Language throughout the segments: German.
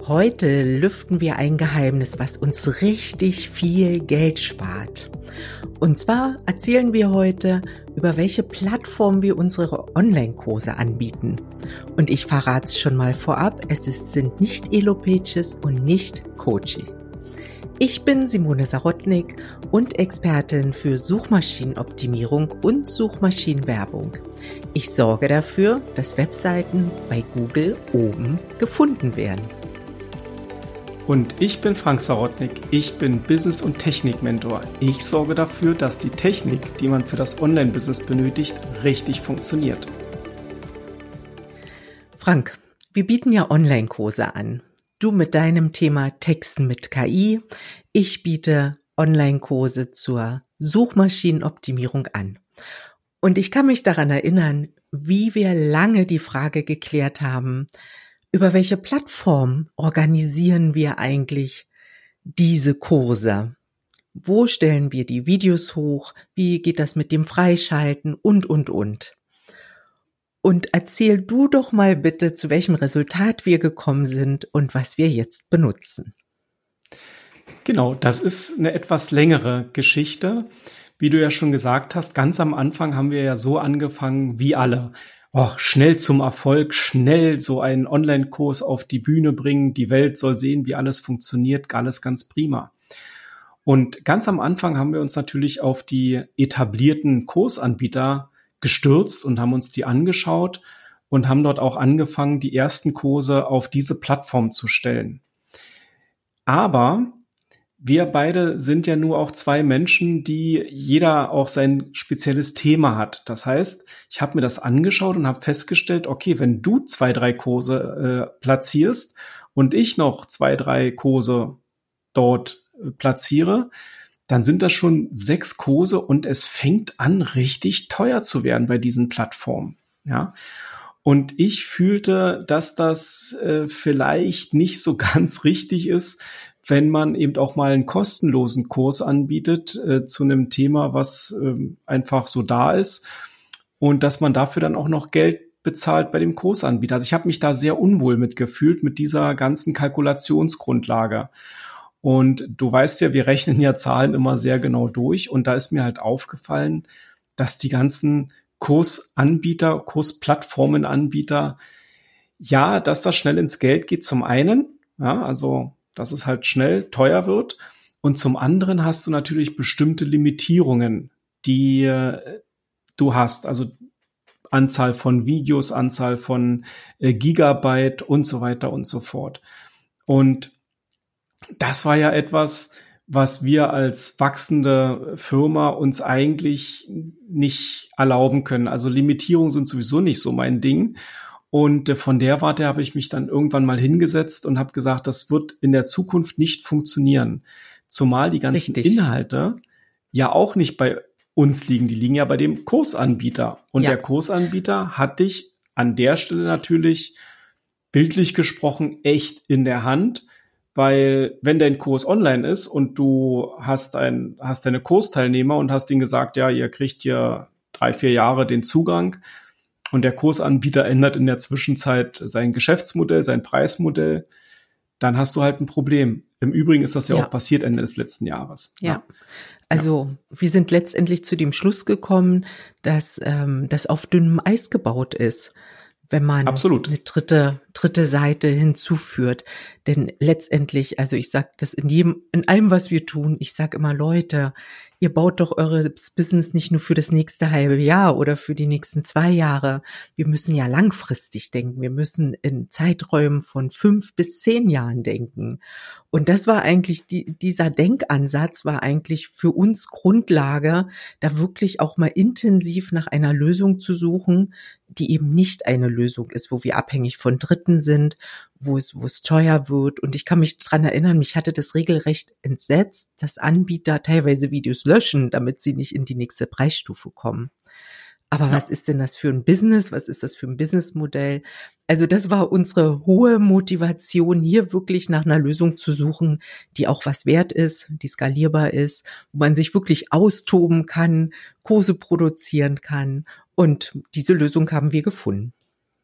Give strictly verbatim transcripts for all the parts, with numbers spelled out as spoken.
Heute lüften wir ein Geheimnis, was uns richtig viel Geld spart. Und zwar erzählen wir heute, über welche Plattform wir unsere Online-Kurse anbieten. Und ich verrate es schon mal vorab, es ist, sind nicht Elo-Pages und nicht Coachy. Ich bin Simone Sarotnik und Expertin für Suchmaschinenoptimierung und Suchmaschinenwerbung. Ich sorge dafür, dass Webseiten bei Google oben gefunden werden. Und ich bin Frank Sarotnik, ich bin Business- und Technik-Mentor. Ich sorge dafür, dass die Technik, die man für das Online-Business benötigt, richtig funktioniert. Frank, wir bieten ja Online-Kurse an. Du mit deinem Thema Texten mit K I, ich biete Online-Kurse zur Suchmaschinenoptimierung an. Und ich kann mich daran erinnern, wie wir lange die Frage geklärt haben, über welche Plattform organisieren wir eigentlich diese Kurse? Wo stellen wir die Videos hoch? Wie geht das mit dem Freischalten? Und, und, und. Und erzähl du doch mal bitte, zu welchem Resultat wir gekommen sind und was wir jetzt benutzen. Genau, das ist eine etwas längere Geschichte. Wie du ja schon gesagt hast, ganz am Anfang haben wir ja so angefangen wie alle. Oh, schnell zum Erfolg, schnell so einen Online-Kurs auf die Bühne bringen. Die Welt soll sehen, wie alles funktioniert. Alles ganz prima. Und ganz am Anfang haben wir uns natürlich auf die etablierten Kursanbieter gestürzt und haben uns die angeschaut und haben dort auch angefangen, die ersten Kurse auf diese Plattform zu stellen. Aber wir beide sind ja nur auch zwei Menschen, die jeder auch sein spezielles Thema hat. Das heißt, ich habe mir das angeschaut und habe festgestellt, okay, wenn du zwei, drei Kurse äh, platzierst und ich noch zwei, drei Kurse dort äh, platziere, dann sind das schon sechs Kurse und es fängt an, richtig teuer zu werden bei diesen Plattformen. Ja. Und ich fühlte, dass das äh, vielleicht nicht so ganz richtig ist, wenn man eben auch mal einen kostenlosen Kurs anbietet äh, zu einem Thema, was äh, einfach so da ist und dass man dafür dann auch noch Geld bezahlt bei dem Kursanbieter. Also ich habe mich da sehr unwohl mitgefühlt mit dieser ganzen Kalkulationsgrundlage. Und du weißt ja, wir rechnen ja Zahlen immer sehr genau durch. Und da ist mir halt aufgefallen, dass die ganzen Kursanbieter, Kursplattformenanbieter, ja, dass das schnell ins Geld geht zum einen, ja, also dass es halt schnell teuer wird. Und zum anderen hast du natürlich bestimmte Limitierungen, die äh, du hast. Also Anzahl von Videos, Anzahl von äh, Gigabyte und so weiter und so fort. Und das war ja etwas, was wir als wachsende Firma uns eigentlich nicht erlauben können. Also Limitierungen sind sowieso nicht so mein Ding. Und von der Warte habe ich mich dann irgendwann mal hingesetzt und habe gesagt, das wird in der Zukunft nicht funktionieren. Zumal die ganzen Richtig. Inhalte ja auch nicht bei uns liegen. Die liegen ja bei dem Kursanbieter. Und ja. Der Kursanbieter hat dich an der Stelle natürlich bildlich gesprochen echt in der Hand. Weil wenn dein Kurs online ist und du hast ein, hast deine Kursteilnehmer und hast ihnen gesagt, ja, ihr kriegt hier drei, vier Jahre den Zugang und der Kursanbieter ändert in der Zwischenzeit sein Geschäftsmodell, sein Preismodell, dann hast du halt ein Problem. Im Übrigen ist das ja, ja. auch passiert Ende des letzten Jahres. Ja, ja. Also ja. wir sind letztendlich zu dem Schluss gekommen, dass ähm, das auf dünnem Eis gebaut ist, wenn man Absolut. eine dritte, dritte Seite hinzuführt. Denn letztendlich, also ich sage das in jedem, in allem, was wir tun, ich sage immer, Leute, ihr baut doch eures Business nicht nur für das nächste halbe Jahr oder für die nächsten zwei Jahre. Wir müssen ja langfristig denken. Wir müssen in Zeiträumen von fünf bis zehn Jahren denken. Und das war eigentlich, die, dieser Denkansatz war eigentlich für uns Grundlage, da wirklich auch mal intensiv nach einer Lösung zu suchen, die eben nicht eine Lösung ist, wo wir abhängig von Dritten sind, wo es, wo es teuer wird. Und ich kann mich dran erinnern, mich hatte das regelrecht entsetzt, dass Anbieter teilweise Videos löschen, damit sie nicht in die nächste Preisstufe kommen. Aber ja. was ist denn das für ein Business? Was ist das für ein Businessmodell? Also das war unsere hohe Motivation, hier wirklich nach einer Lösung zu suchen, die auch was wert ist, die skalierbar ist, wo man sich wirklich austoben kann, Kurse produzieren kann. Und diese Lösung haben wir gefunden.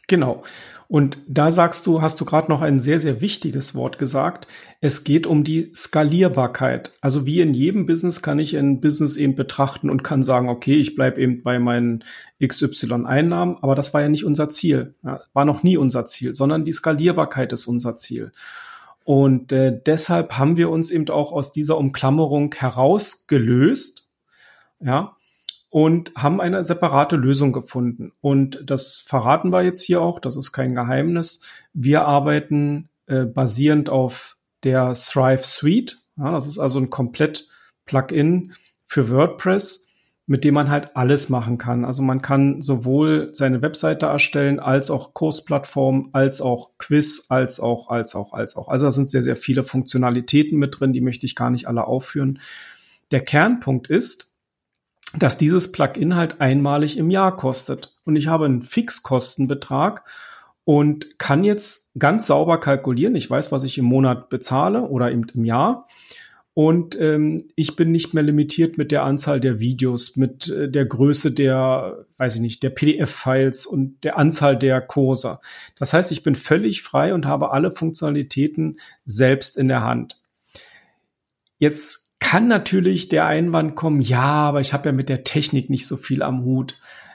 Genau. Und da sagst du, hast du gerade noch ein sehr, sehr wichtiges Wort gesagt. Es geht um die Skalierbarkeit. Also wie in jedem Business kann ich ein Business eben betrachten und kann sagen, okay, ich bleibe eben bei meinen X Y Einnahmen, aber das war ja nicht unser Ziel. Ja, war noch nie unser Ziel, sondern die Skalierbarkeit ist unser Ziel. Und äh, deshalb haben wir uns eben auch aus dieser Umklammerung herausgelöst, ja, und haben eine separate Lösung gefunden. Und das verraten wir jetzt hier auch, das ist kein Geheimnis. Wir arbeiten äh, basierend auf der Thrive Suite. Ja, das ist also ein komplett Plugin für WordPress, mit dem man halt alles machen kann. Also man kann sowohl seine Webseite erstellen, als auch Kursplattform, als auch Quiz, als auch, als auch, als auch. Also da sind sehr, sehr viele Funktionalitäten mit drin, die möchte ich gar nicht alle aufführen. Der Kernpunkt ist, dass dieses Plugin halt einmalig im Jahr kostet. Und ich habe einen Fixkostenbetrag und kann jetzt ganz sauber kalkulieren. Ich weiß, was ich im Monat bezahle oder eben im Jahr. Und ähm, ich bin nicht mehr limitiert mit der Anzahl der Videos, mit äh, der Größe der, weiß ich nicht, der P D F-Files und der Anzahl der Kurse. Das heißt, ich bin völlig frei und habe alle Funktionalitäten selbst in der Hand. Jetzt kann natürlich der Einwand kommen, ja, aber ich habe ja mit der Technik nicht so viel am Hut.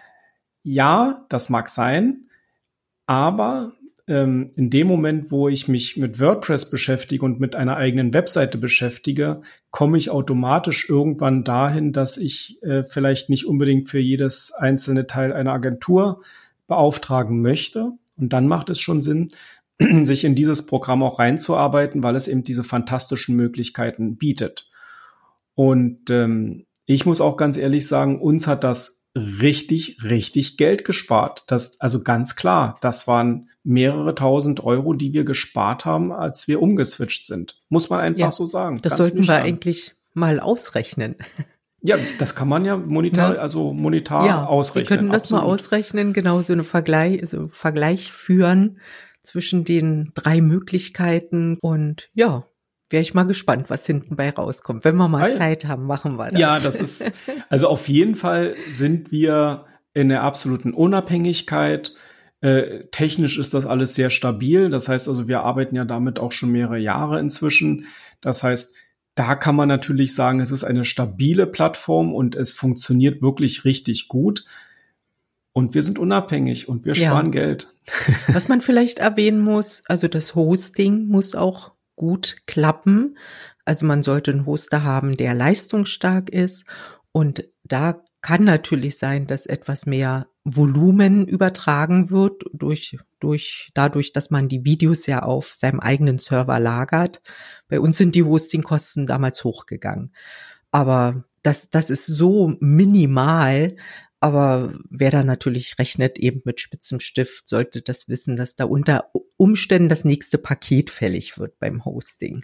Ja, das mag sein, aber ähm, in dem Moment, wo ich mich mit WordPress beschäftige und mit einer eigenen Webseite beschäftige, komme ich automatisch irgendwann dahin, dass ich äh, vielleicht nicht unbedingt für jedes einzelne Teil einer Agentur beauftragen möchte. Und dann macht es schon Sinn, sich in dieses Programm auch reinzuarbeiten, weil es eben diese fantastischen Möglichkeiten bietet. Und ähm, ich muss auch ganz ehrlich sagen, uns hat das richtig, richtig Geld gespart. Das, also ganz klar, das waren mehrere tausend Euro, die wir gespart haben, als wir umgeswitcht sind. Muss man einfach ja, so sagen. Das sollten nüchtern. Wir eigentlich mal ausrechnen. Ja, das kann man ja monetar, ja. also monetar ja, ausrechnen. Wir können das absolut. Mal ausrechnen, genau so eine Vergleich, so Vergleich führen zwischen den drei Möglichkeiten und ja. Wäre ich mal gespannt, was hinten bei rauskommt. Wenn wir mal ah, ja. Zeit haben, machen wir das. Ja, das ist, also auf jeden Fall sind wir in der absoluten Unabhängigkeit. Äh, technisch ist das alles sehr stabil. Das heißt also, wir arbeiten ja damit auch schon mehrere Jahre inzwischen. Das heißt, da kann man natürlich sagen, es ist eine stabile Plattform und es funktioniert wirklich richtig gut. Und wir sind unabhängig und wir sparen ja. Geld. Was man vielleicht erwähnen muss, also das Hosting muss auch gut klappen. Also man sollte einen Hoster haben, der leistungsstark ist. Und da kann natürlich sein, dass etwas mehr Volumen übertragen wird durch, durch, dadurch, dass man die Videos ja auf seinem eigenen Server lagert. Bei uns sind die Hostingkosten damals hochgegangen. Aber das, das ist so minimal. Aber wer da natürlich rechnet, eben mit spitzem Stift, sollte das wissen, dass da unter Umständen das nächste Paket fällig wird beim Hosting.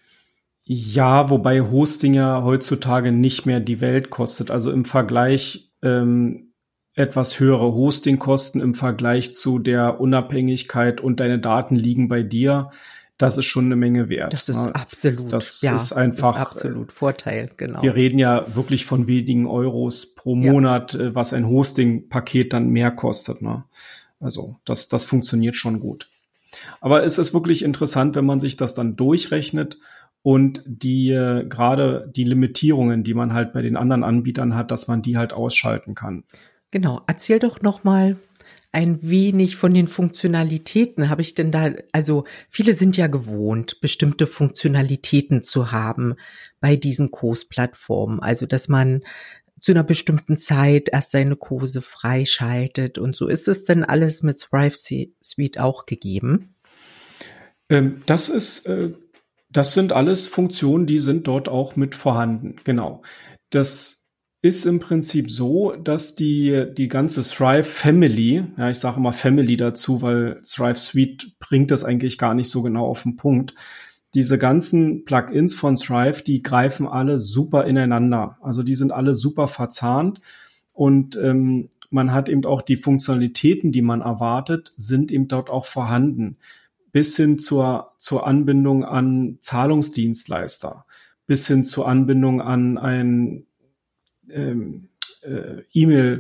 Ja, wobei Hosting ja heutzutage nicht mehr die Welt kostet. Also im Vergleich ähm, etwas höhere Hostingkosten im Vergleich zu der Unabhängigkeit und deine Daten liegen bei dir. Das ist schon eine Menge wert. Das ist absolut, das ja, ist einfach das ist absolut Vorteil, genau. Wir reden ja wirklich von wenigen Euros pro Monat, ja. was ein Hosting-Paket dann mehr kostet. Ne? Also das, das funktioniert schon gut. Aber es ist wirklich interessant, wenn man sich das dann durchrechnet und die äh, gerade die Limitierungen, die man halt bei den anderen Anbietern hat, dass man die halt ausschalten kann. Genau. Erzähl doch noch mal ein wenig von den Funktionalitäten. Habe ich denn da, also viele sind ja gewohnt, bestimmte Funktionalitäten zu haben bei diesen Kursplattformen. Also, dass man zu einer bestimmten Zeit erst seine Kurse freischaltet und so. Ist es denn alles mit Thrive Suite auch gegeben? Ähm, das ist, äh, das sind alles Funktionen, die sind dort auch mit vorhanden. Genau. Das ist im Prinzip so, dass die die ganze Thrive Family, ja, ich sage immer Family dazu, weil Thrive Suite bringt das eigentlich gar nicht so genau auf den Punkt. Diese ganzen Plugins von Thrive, die greifen alle super ineinander. Also die sind alle super verzahnt und ähm, man hat eben auch die Funktionalitäten, die man erwartet, sind eben dort auch vorhanden. Bis hin zur zur Anbindung an Zahlungsdienstleister, bis hin zur Anbindung an ein Ähm, äh, E-Mail,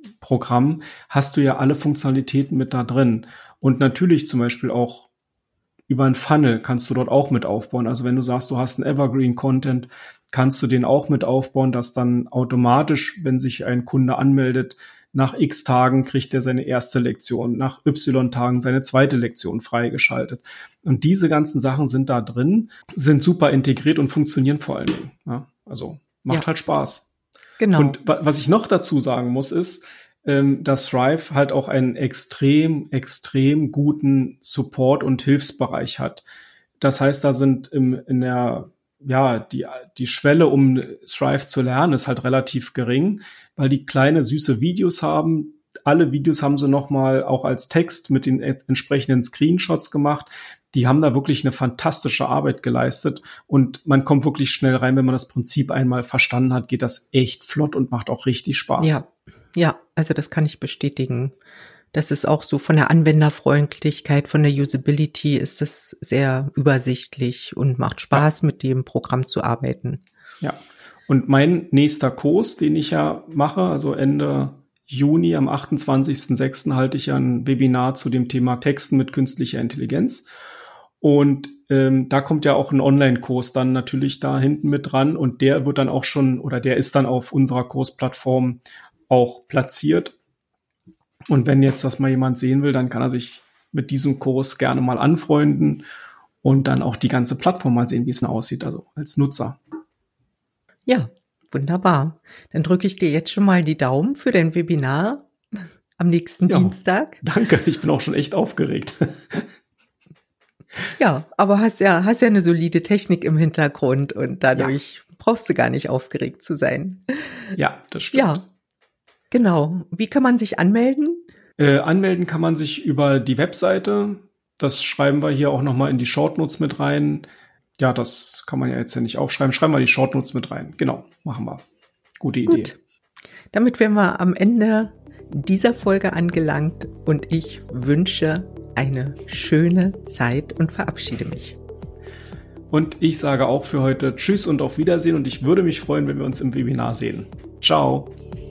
Programm hast du ja alle Funktionalitäten mit da drin. Und natürlich zum Beispiel auch über ein Funnel kannst du dort auch mit aufbauen. Also wenn du sagst, du hast einen Evergreen-Content, kannst du den auch mit aufbauen, dass dann automatisch, wenn sich ein Kunde anmeldet, nach X Tagen kriegt er seine erste Lektion, nach Y Tagen seine zweite Lektion freigeschaltet. Und diese ganzen Sachen sind da drin, sind super integriert und funktionieren vor allen Dingen. Ja, also macht ja. halt Spaß. Genau. Und was ich noch dazu sagen muss, ist, dass Thrive halt auch einen extrem, extrem guten Support- und Hilfsbereich hat. Das heißt, da sind im, in der, ja, die, die Schwelle, um Thrive zu lernen, ist halt relativ gering, weil die kleine, süße Videos haben. Alle Videos haben sie nochmal auch als Text mit den entsprechenden Screenshots gemacht. Die haben da wirklich eine fantastische Arbeit geleistet und man kommt wirklich schnell rein, wenn man das Prinzip einmal verstanden hat, geht das echt flott und macht auch richtig Spaß. Ja. Ja, also das kann ich bestätigen. Das ist auch so von der Anwenderfreundlichkeit, von der Usability ist es sehr übersichtlich und macht Spaß, ja. mit dem Programm zu arbeiten. Ja, und mein nächster Kurs, den ich ja mache, also Ende Juni, am achtundzwanzigsten sechsten halte ich ja ein Webinar zu dem Thema Texten mit künstlicher Intelligenz. Und ähm, da kommt ja auch ein Online-Kurs dann natürlich da hinten mit dran und der wird dann auch schon, oder der ist dann auf unserer Kursplattform auch platziert. Und wenn jetzt das mal jemand sehen will, dann kann er sich mit diesem Kurs gerne mal anfreunden und dann auch die ganze Plattform mal sehen, wie es denn aussieht, also als Nutzer. Ja, wunderbar. Dann drücke ich dir jetzt schon mal die Daumen für dein Webinar am nächsten ja, Dienstag. Danke, ich bin auch schon echt aufgeregt. Ja, aber hast ja, hast ja eine solide Technik im Hintergrund und dadurch ja. brauchst du gar nicht aufgeregt zu sein. Ja, das stimmt. Ja. Genau. Wie kann man sich anmelden? Äh, anmelden kann man sich über die Webseite. Das schreiben wir hier auch nochmal in die Shortnotes mit rein. Ja, das kann man ja jetzt ja nicht aufschreiben. Schreiben wir die Shortnotes mit rein. Genau, machen wir. Gute Idee. Gut. Damit wären wir am Ende dieser Folge angelangt und ich wünsche eine schöne Zeit und verabschiede mich. Und ich sage auch für heute Tschüss und auf Wiedersehen und ich würde mich freuen, wenn wir uns im Webinar sehen. Ciao.